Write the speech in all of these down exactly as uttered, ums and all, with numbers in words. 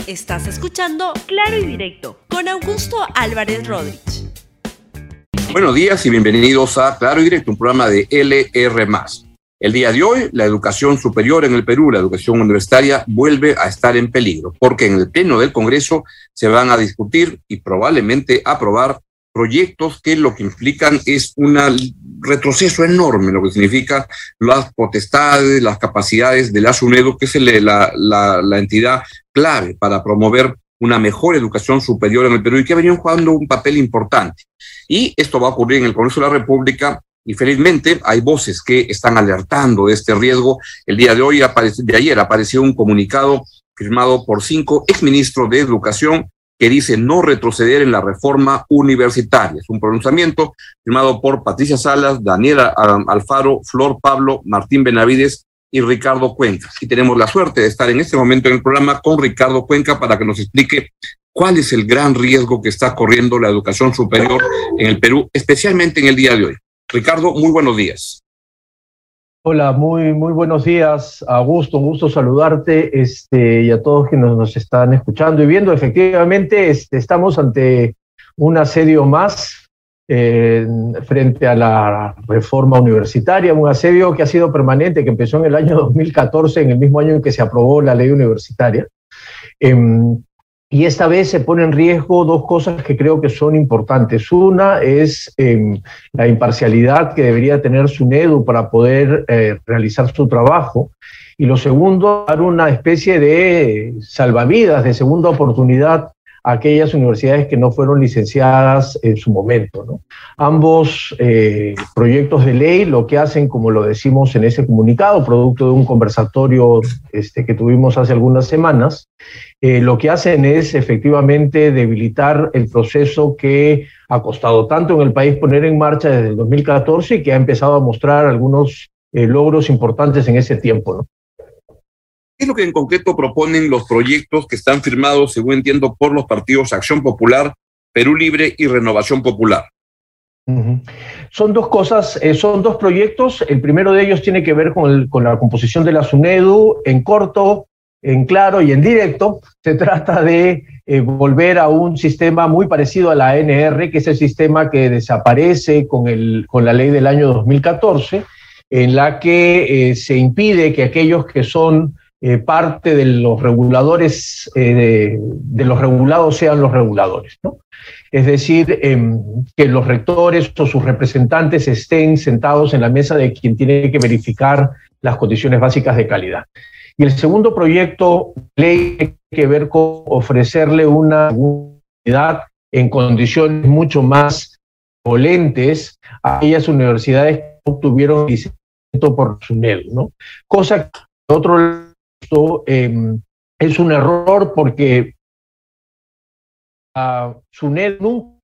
Estás escuchando Claro y Directo con Augusto Álvarez Rodríguez. Buenos días y bienvenidos a Claro y Directo, un programa de L R más. El día de hoy, la educación superior en el Perú, la educación universitaria, vuelve a estar en peligro, porque en el Pleno del Congreso se van a discutir y probablemente aprobar proyectos que lo que implican es un retroceso enorme, lo que significa las potestades, las capacidades de la SUNEDU, que es el, la, la, la entidad clave para promover una mejor educación superior en el Perú y que ha venido jugando un papel importante. Y esto va a ocurrir en el Congreso de la República y felizmente hay voces que están alertando de este riesgo. El día de hoy, de ayer, apareció un comunicado firmado por cinco exministros de Educación que dice no retroceder en la reforma universitaria. Es un pronunciamiento firmado por Patricia Salas, Daniela Alfaro, Flor Pablo, Martín Benavides y Ricardo Cuenca. Y tenemos la suerte de estar en este momento en el programa con Ricardo Cuenca para que nos explique cuál es el gran riesgo que está corriendo la educación superior en el Perú, especialmente en el día de hoy. Ricardo, muy buenos días. Hola, muy, muy buenos días, Augusto, un gusto saludarte este, y a todos quienes nos, nos están escuchando y viendo. Efectivamente, este, estamos ante un asedio más eh, frente a la reforma universitaria, un asedio que ha sido permanente, que empezó en el año dos mil catorce, en el mismo año en que se aprobó la ley universitaria. Eh, Y esta vez se pone en riesgo dos cosas que creo que son importantes. Una es eh, la imparcialidad que debería tener SUNEDU para poder eh, realizar su trabajo. Y lo segundo, dar una especie de salvavidas, de segunda oportunidad a aquellas universidades que no fueron licenciadas en su momento, ¿no? Ambos eh, proyectos de ley lo que hacen, como lo decimos en ese comunicado, producto de un conversatorio este, que tuvimos hace algunas semanas, eh, lo que hacen es efectivamente debilitar el proceso que ha costado tanto en el país poner en marcha desde el dos mil catorce y que ha empezado a mostrar algunos eh, logros importantes en ese tiempo, ¿no? ¿Qué es lo que en concreto proponen los proyectos que están firmados, según entiendo, por los partidos Acción Popular, Perú Libre y Renovación Popular? Uh-huh. Son dos cosas, eh, son dos proyectos. El primero de ellos tiene que ver con, el, con la composición de la SUNEDU en corto, en claro y en directo. Se trata de eh, volver a un sistema muy parecido a la A N R, que es el sistema que desaparece con, el, con la ley del año dos mil catorce, en la que eh, se impide que aquellos que son Eh, parte de los reguladores, eh, de, de los regulados sean los reguladores, ¿no? Es decir, eh, que los rectores o sus representantes estén sentados en la mesa de quien tiene que verificar las condiciones básicas de calidad. Y el segundo proyecto de ley tiene que ver con ofrecerle una unidad en condiciones mucho más volentes a aquellas universidades que obtuvieron licenciamiento por SUNEDU, ¿no? Cosa que, por otro lado, Esto eh, es un error porque la SUNEDU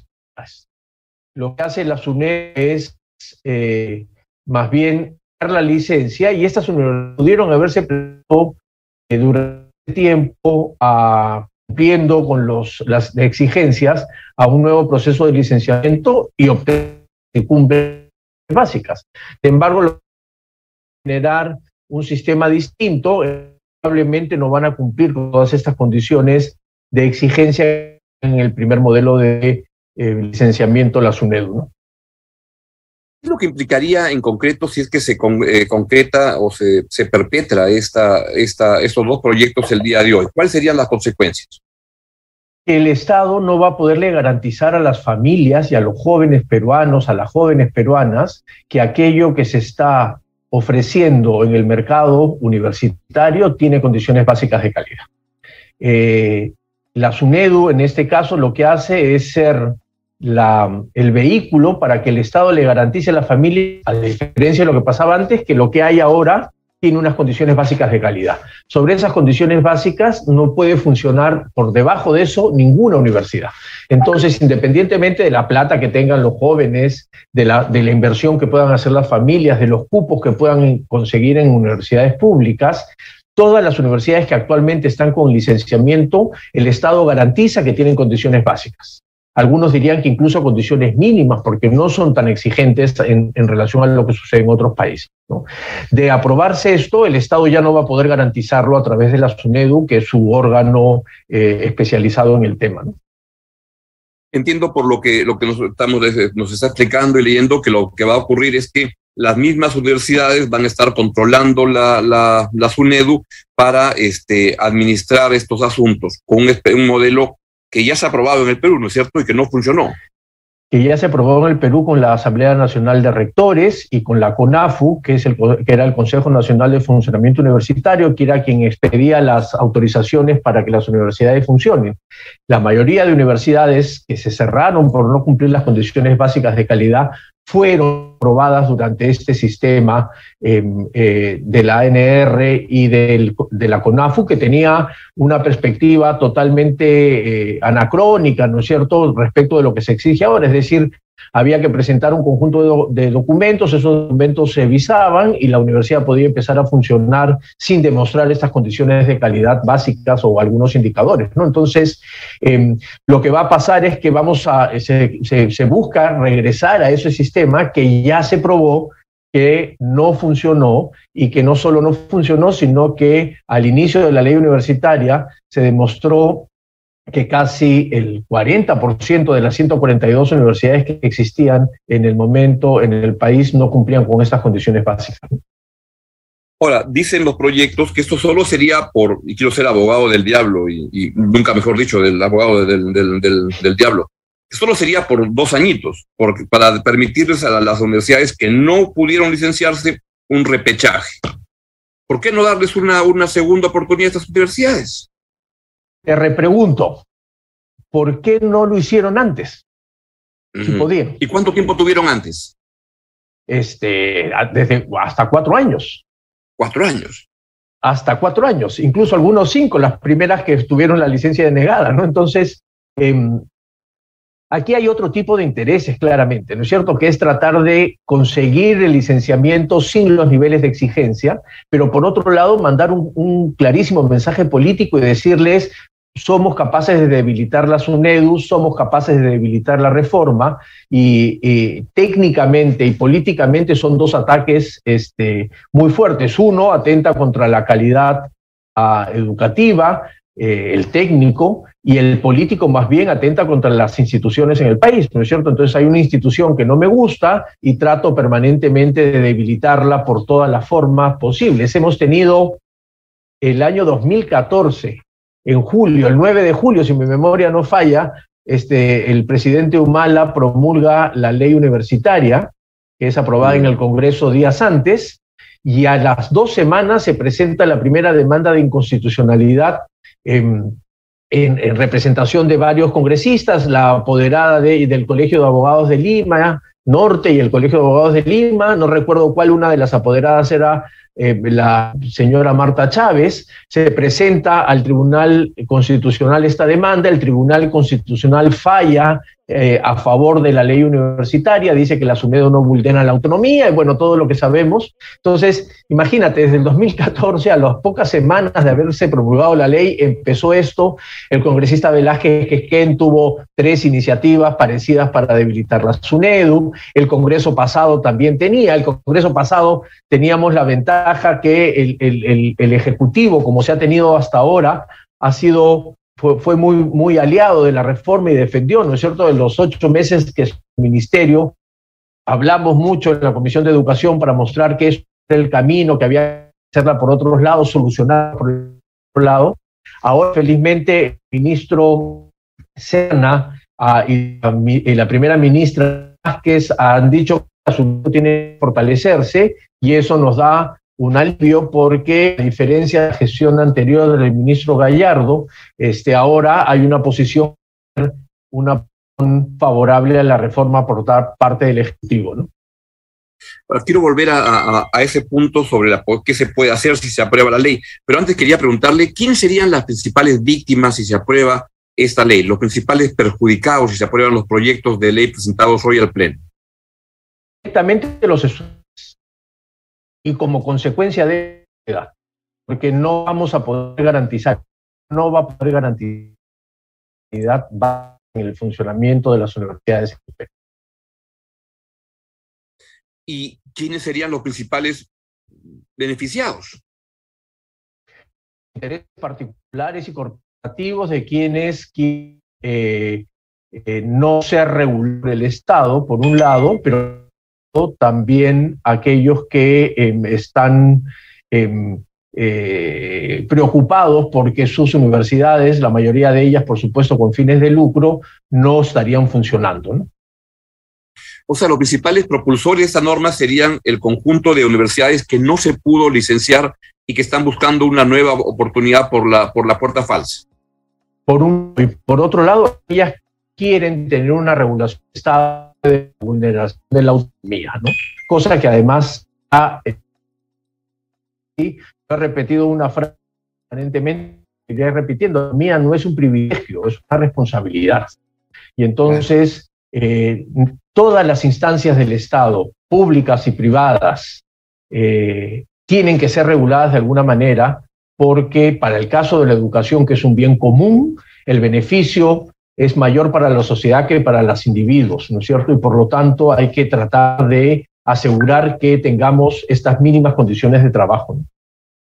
lo que hace la SUNEDU es eh, más bien dar la licencia, y estas universidades pudieron haberse presentado eh, durante tiempo a, cumpliendo con los, las exigencias a un nuevo proceso de licenciamiento y obtener que cumple básicas. Sin embargo, lo que generar un sistema distinto, probablemente no van a cumplir con todas estas condiciones de exigencia en el primer modelo de eh, licenciamiento de la SUNEDU, ¿no? ¿Qué es lo que implicaría en concreto si es que se con, eh, concreta o se, se perpetra esta, esta, estos dos proyectos el día de hoy? ¿Cuáles serían las consecuencias? El Estado no va a poderle garantizar a las familias y a los jóvenes peruanos, a las jóvenes peruanas, que aquello que se está ofreciendo en el mercado universitario tiene condiciones básicas de calidad. Eh, la SUNEDU, en este caso, lo que hace es ser la, el vehículo para que el Estado le garantice a la familia, a diferencia de lo que pasaba antes, que lo que hay ahora tiene unas condiciones básicas de calidad. Sobre esas condiciones básicas no puede funcionar por debajo de eso ninguna universidad. Entonces, independientemente de la plata que tengan los jóvenes, de la, de la inversión que puedan hacer las familias, de los cupos que puedan conseguir en universidades públicas, todas las universidades que actualmente están con licenciamiento, el Estado garantiza que tienen condiciones básicas. algunos dirían que incluso condiciones mínimas, porque no son tan exigentes en, en relación a lo que sucede en otros países, ¿no? De aprobarse esto, el Estado ya no va a poder garantizarlo a través de la SUNEDU, que es su órgano eh, especializado en el tema, ¿no? Entiendo por lo que, lo que nos, estamos, nos está explicando y leyendo que lo que va a ocurrir es que las mismas universidades van a estar controlando la, la, la SUNEDU para este, administrar estos asuntos con un, un modelo que ya se ha aprobado en el Perú, ¿no es cierto? Y que no funcionó. Que ya se aprobó en el Perú con la Asamblea Nacional de Rectores y con la CONAFU, que, es el, que era el Consejo Nacional de Funcionamiento Universitario, que era quien expedía las autorizaciones para que las universidades funcionen. La mayoría de universidades que se cerraron por no cumplir las condiciones básicas de calidad fueron aprobadas durante este sistema eh, eh, de la A N R y del, de la CONAFU, que tenía una perspectiva totalmente eh, anacrónica, ¿no es cierto?, respecto de lo que se exige ahora. Es decir, había que presentar un conjunto de, do de documentos, esos documentos se visaban y la universidad podía empezar a funcionar sin demostrar estas condiciones de calidad básicas o algunos indicadores, ¿no? Entonces, eh, lo que va a pasar es que vamos a, se, se, se busca regresar a ese sistema que ya se probó que no funcionó y que no solo no funcionó, sino que al inicio de la ley universitaria se demostró que casi el cuarenta por ciento de las ciento cuarenta y dos universidades que existían en el momento en el país no cumplían con estas condiciones básicas. Ahora, dicen los proyectos que esto solo sería por, y quiero ser abogado del diablo, y, y nunca mejor dicho, del abogado del, del, del, del diablo, que solo sería por dos añitos, porque, para permitirles a las universidades que no pudieron licenciarse un repechaje. ¿Por qué no darles una, una segunda oportunidad a estas universidades? Te repregunto, ¿por qué no lo hicieron antes? Uh-huh. Si podían. ¿Y cuánto tiempo tuvieron antes? Este, desde hasta cuatro años. ¿Cuatro años? Hasta cuatro años, incluso algunos cinco, las primeras que tuvieron la licencia denegada, ¿no? Entonces, eh, aquí hay otro tipo de intereses, claramente, ¿no es cierto?, que es tratar de conseguir el licenciamiento sin los niveles de exigencia, pero por otro lado, mandar un, un clarísimo mensaje político y decirles: somos capaces de debilitar la SUNEDU, somos capaces de debilitar la reforma, y, y técnicamente y políticamente son dos ataques este, muy fuertes. Uno atenta contra la calidad uh, educativa, eh, el técnico, y el político más bien atenta contra las instituciones en el país, ¿no es cierto? Entonces hay una institución que no me gusta y trato permanentemente de debilitarla por todas las formas posibles. Hemos tenido el año dos mil catorce, en julio, el nueve de julio, si mi memoria no falla, este, el presidente Humala promulga la ley universitaria, que es aprobada en el Congreso días antes, y a las dos semanas se presenta la primera demanda de inconstitucionalidad en, en, en representación de varios congresistas, la apoderada de, del Colegio de Abogados de Lima Norte y el Colegio de Abogados de Lima, no recuerdo cuál, una de las apoderadas era Eh, la señora Marta Chávez. Se presenta al Tribunal Constitucional esta demanda, el Tribunal Constitucional falla eh, a favor de la ley universitaria, dice que la SUNEDU no vulnera la autonomía, y bueno, todo lo que sabemos. Entonces, imagínate, desde el dos mil catorce, a las pocas semanas de haberse promulgado la ley, empezó esto. El congresista Velázquez Quezquén tuvo tres iniciativas parecidas para debilitar la SUNEDU. El Congreso pasado también tenía, el Congreso pasado teníamos la ventaja que el, el, el, el Ejecutivo, como se ha tenido hasta ahora, ha sido, fue, fue muy, muy aliado de la reforma y defendió, ¿no es cierto?, en los ocho meses que es el ministerio. Hablamos mucho en la Comisión de Educación para mostrar que es el camino, que había que hacerla por otros lados, solucionar por otro lado. Ahora, felizmente, el ministro Serna uh, y, y la primera ministra Vázquez han dicho que la SUNEDU tiene que fortalecerse, y eso nos da un alivio, porque a diferencia de la gestión anterior del ministro Gallardo, este, ahora hay una posición, una favorable a la reforma por parte del Ejecutivo, ¿no? Ahora, quiero volver a, a, a ese punto sobre la, qué se puede hacer si se aprueba la ley, pero antes quería preguntarle quiénes serían las principales víctimas si se aprueba esta ley, los principales perjudicados si se aprueban los proyectos de ley presentados hoy al Pleno. Directamente los estudiantes, y como consecuencia de edad, porque no vamos a poder garantizar, no va a poder garantizar en el funcionamiento de las universidades. ¿Y quiénes serían los principales beneficiados? Intereses particulares y corporativos de quienes eh, eh, no sea regular el Estado, por un lado, pero también aquellos que eh, están eh, eh, preocupados porque sus universidades, la mayoría de ellas, por supuesto, con fines de lucro, no estarían funcionando, ¿no? O sea, los principales propulsores de esta norma serían el conjunto de universidades que no se pudo licenciar y que están buscando una nueva oportunidad por la, por la puerta falsa. Por, un, y por otro lado, ellas quieren tener una regulación de vulneración de la autonomía, ¿no? Cosa que además ha, he repetido una frase permanentemente, iré repitiendo, la autonomía no es un privilegio, es una responsabilidad. Y entonces eh, todas las instancias del Estado, públicas y privadas, eh, tienen que ser reguladas de alguna manera, porque para el caso de la educación, que es un bien común, el beneficio es mayor para la sociedad que para los individuos, ¿no es cierto? Y por lo tanto hay que tratar de asegurar que tengamos estas mínimas condiciones de trabajo, ¿no?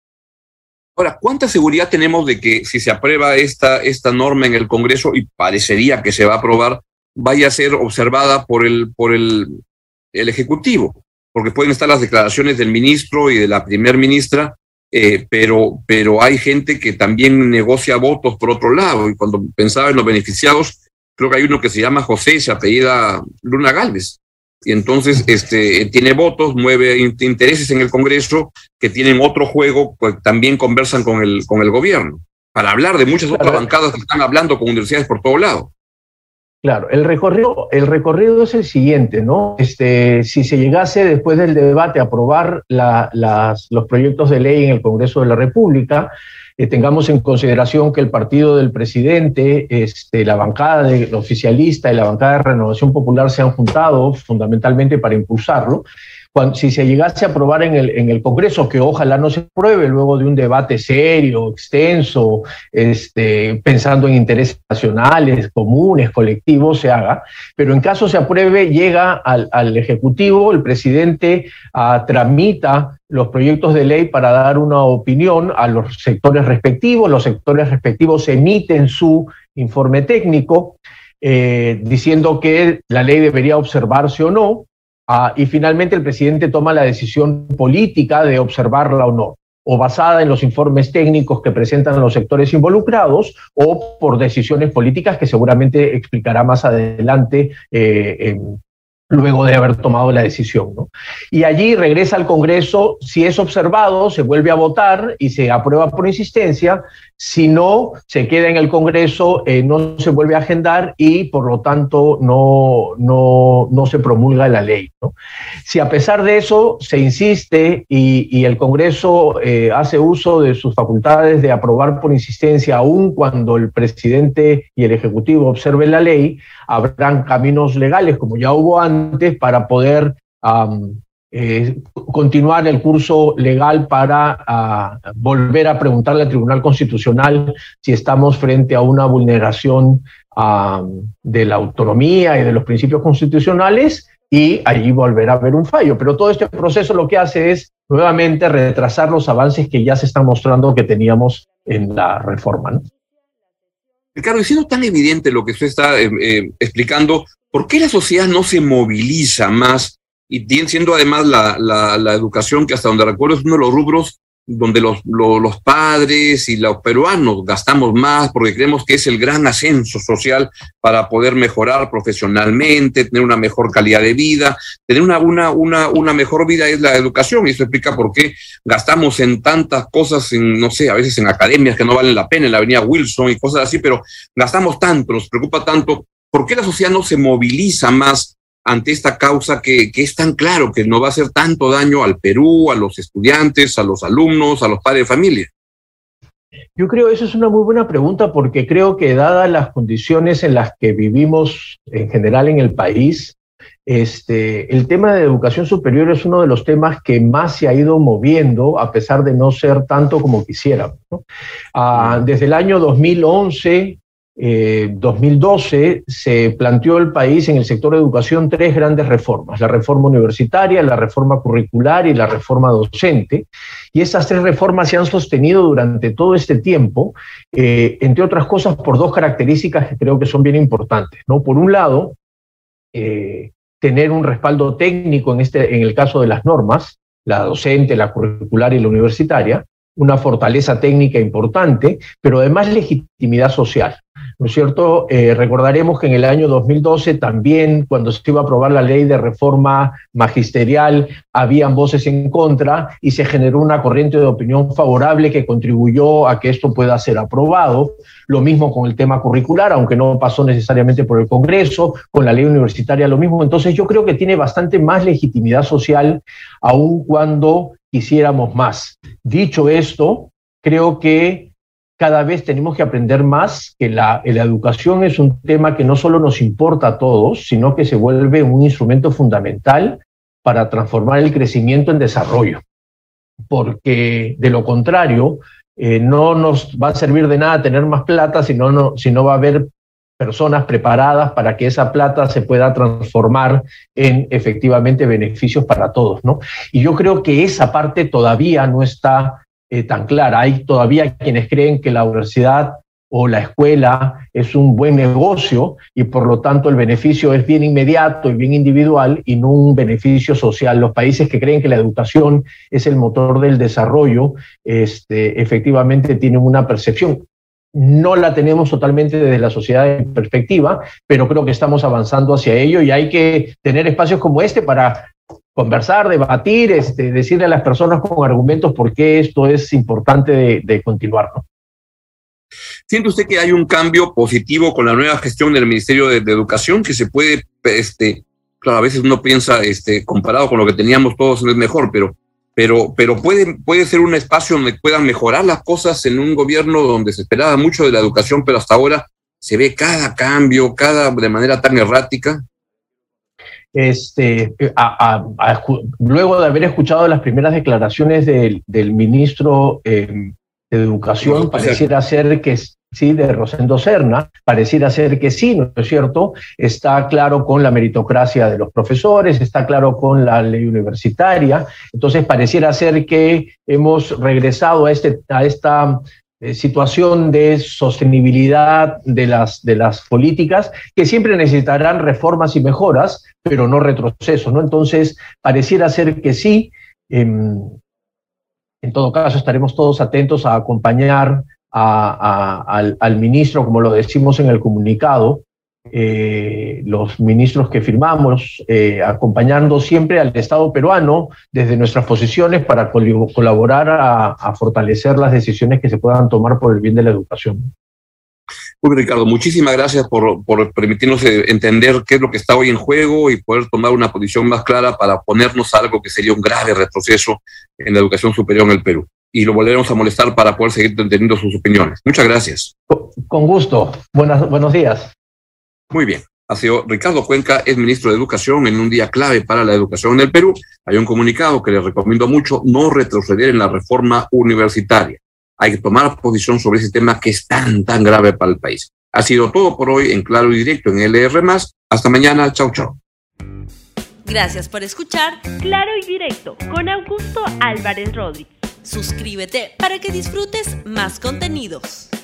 Ahora, ¿cuánta seguridad tenemos de que si se aprueba esta, esta norma en el Congreso, y parecería que se va a aprobar, vaya a ser observada por el, por el, el Ejecutivo? Porque pueden estar las declaraciones del ministro y de la primer ministra, eh, pero, pero hay gente que también negocia votos por otro lado, y cuando pensaba en los beneficiados, creo que hay uno que se llama José, se apellida Luna Gálvez, y entonces este, tiene votos, mueve intereses en el Congreso que tienen otro juego, pues también conversan con el, con el gobierno, para hablar de muchas otras bancadas que están hablando con universidades por todo lado. Claro, el recorrido, el recorrido es el siguiente, ¿no? Este, si se llegase después del debate a aprobar la, las, los proyectos de ley en el Congreso de la República, eh, tengamos en consideración que el partido del presidente, este, la bancada del oficialista y la bancada de Renovación Popular se han juntado fundamentalmente para impulsarlo. Cuando, si se llegase a aprobar en el, en el Congreso, que ojalá no se apruebe luego de un debate serio, extenso, este, pensando en intereses nacionales, comunes, colectivos, se haga, pero en caso se apruebe, llega al, al Ejecutivo, el presidente uh, tramita los proyectos de ley para dar una opinión a los sectores respectivos, los sectores respectivos emiten su informe técnico, eh, diciendo que la ley debería observarse o no, Uh, y finalmente el presidente toma la decisión política de observarla o no, o basada en los informes técnicos que presentan los sectores involucrados, o por decisiones políticas que seguramente explicará más adelante eh, en, luego de haber tomado la decisión, ¿no? Y allí regresa al Congreso, si es observado, se vuelve a votar y se aprueba por insistencia, si no, se queda en el Congreso, eh, no se vuelve a agendar y por lo tanto no, no, no se promulga la ley, ¿no? Si a pesar de eso se insiste y, y el Congreso eh, hace uso de sus facultades de aprobar por insistencia, aun cuando el presidente y el Ejecutivo observen la ley, habrán caminos legales, como ya hubo antes, para poder um, eh, continuar el curso legal para uh, volver a preguntarle al Tribunal Constitucional si estamos frente a una vulneración uh, de la autonomía y de los principios constitucionales, y allí volverá a haber un fallo. Pero todo este proceso lo que hace es nuevamente retrasar los avances que ya se están mostrando que teníamos en la reforma, ¿no? Ricardo, y siendo tan evidente lo que usted está eh, eh, explicando, ¿por qué la sociedad no se moviliza más? Y siendo además la, la, la educación, que hasta donde recuerdo es uno de los rubros donde los, los, los padres y los peruanos gastamos más, porque creemos que es el gran ascenso social para poder mejorar profesionalmente, tener una mejor calidad de vida, tener una, una, una, una mejor vida es la educación, y eso explica por qué gastamos en tantas cosas, en, no sé, a veces en academias que no valen la pena, en la avenida Wilson y cosas así, pero gastamos tanto, nos preocupa tanto. ¿Por qué la sociedad no se moviliza más ante esta causa que, que es tan claro que no va a hacer tanto daño al Perú, a los estudiantes, a los alumnos, a los padres de familia? Yo creo que eso es una muy buena pregunta, porque creo que dadas las condiciones en las que vivimos en general en el país, este, el tema de educación superior es uno de los temas que más se ha ido moviendo, a pesar de no ser tanto como quisiéramos, ¿no? Uh, desde el año dos mil once, eh, dos mil doce se planteó el país en el sector de educación tres grandes reformas: la reforma universitaria, la reforma curricular y la reforma docente. Y esas tres reformas se han sostenido durante todo este tiempo, eh, entre otras cosas por dos características que creo que son bien importantes, ¿no? Por un lado, eh, tener un respaldo técnico en, este, en el caso de las normas, la docente, la curricular y la universitaria, una fortaleza técnica importante, pero además legitimidad social, ¿no es cierto? Eh, recordaremos que en el año dos mil doce también, cuando se iba a aprobar la ley de reforma magisterial, habían voces en contra y se generó una corriente de opinión favorable que contribuyó a que esto pueda ser aprobado. Lo mismo con el tema curricular, aunque no pasó necesariamente por el Congreso, con la ley universitaria lo mismo. Entonces yo creo que tiene bastante más legitimidad social, aun cuando quisiéramos más. Dicho esto, creo que cada vez tenemos que aprender más, que la, la educación es un tema que no solo nos importa a todos, sino que se vuelve un instrumento fundamental para transformar el crecimiento en desarrollo. Porque de lo contrario, eh, no nos va a servir de nada tener más plata si no, no, si no va a haber personas preparadas para que esa plata se pueda transformar en efectivamente beneficios para todos, ¿no? Y yo creo que esa parte todavía no está eh, tan clara. Hay todavía quienes creen que la universidad o la escuela es un buen negocio y por lo tanto el beneficio es bien inmediato y bien individual y no un beneficio social. Los países que creen que la educación es el motor del desarrollo, este, efectivamente tienen una percepción. No la tenemos totalmente desde la sociedad en perspectiva, pero creo que estamos avanzando hacia ello y hay que tener espacios como este para conversar, debatir, este, decirle a las personas con argumentos por qué esto es importante de, de continuar, ¿no? ¿Siente usted que hay un cambio positivo con la nueva gestión del Ministerio de, de Educación que se puede, este, claro, a veces uno piensa, este, comparado con lo que teníamos todos es mejor, pero Pero, pero puede, puede ser un espacio donde puedan mejorar las cosas en un gobierno donde se esperaba mucho de la educación, pero hasta ahora se ve cada cambio, cada de manera tan errática? Este, a, a, a, luego de haber escuchado las primeras declaraciones del, del ministro eh, de Educación, pareciera ser que sí, de Rosendo Serna, pareciera ser que sí, ¿no es cierto? Está claro con la meritocracia de los profesores, está claro con la ley universitaria, entonces pareciera ser que hemos regresado a, este, a esta eh, situación de sostenibilidad de las, de las políticas, que siempre necesitarán reformas y mejoras, pero no retrocesos, ¿no? Entonces pareciera ser que sí. Eh, en todo caso, estaremos todos atentos a acompañar A, a, al, al ministro, como lo decimos en el comunicado, eh, los ministros que firmamos, eh, acompañando siempre al Estado peruano desde nuestras posiciones para col colaborar a, a fortalecer las decisiones que se puedan tomar por el bien de la educación. Muy bien, Ricardo, muchísimas gracias por, por permitirnos entender qué es lo que está hoy en juego y poder tomar una posición más clara para oponernos a algo que sería un grave retroceso en la educación superior en el Perú. Y lo volveremos a molestar para poder seguir entendiendo sus opiniones. Muchas gracias. Con gusto. Buenas, buenos días. Muy bien. Ha sido Ricardo Cuenca, es ministro de Educación en un día clave para la educación en el Perú. Hay un comunicado que les recomiendo mucho: no retroceder en la reforma universitaria. Hay que tomar posición sobre ese tema que es tan, tan grave para el país. Ha sido todo por hoy en Claro y Directo en L R más. Hasta mañana. Chau, chau. Gracias por escuchar Claro y Directo con Augusto Álvarez Rodríguez. Suscríbete para que disfrutes más contenidos.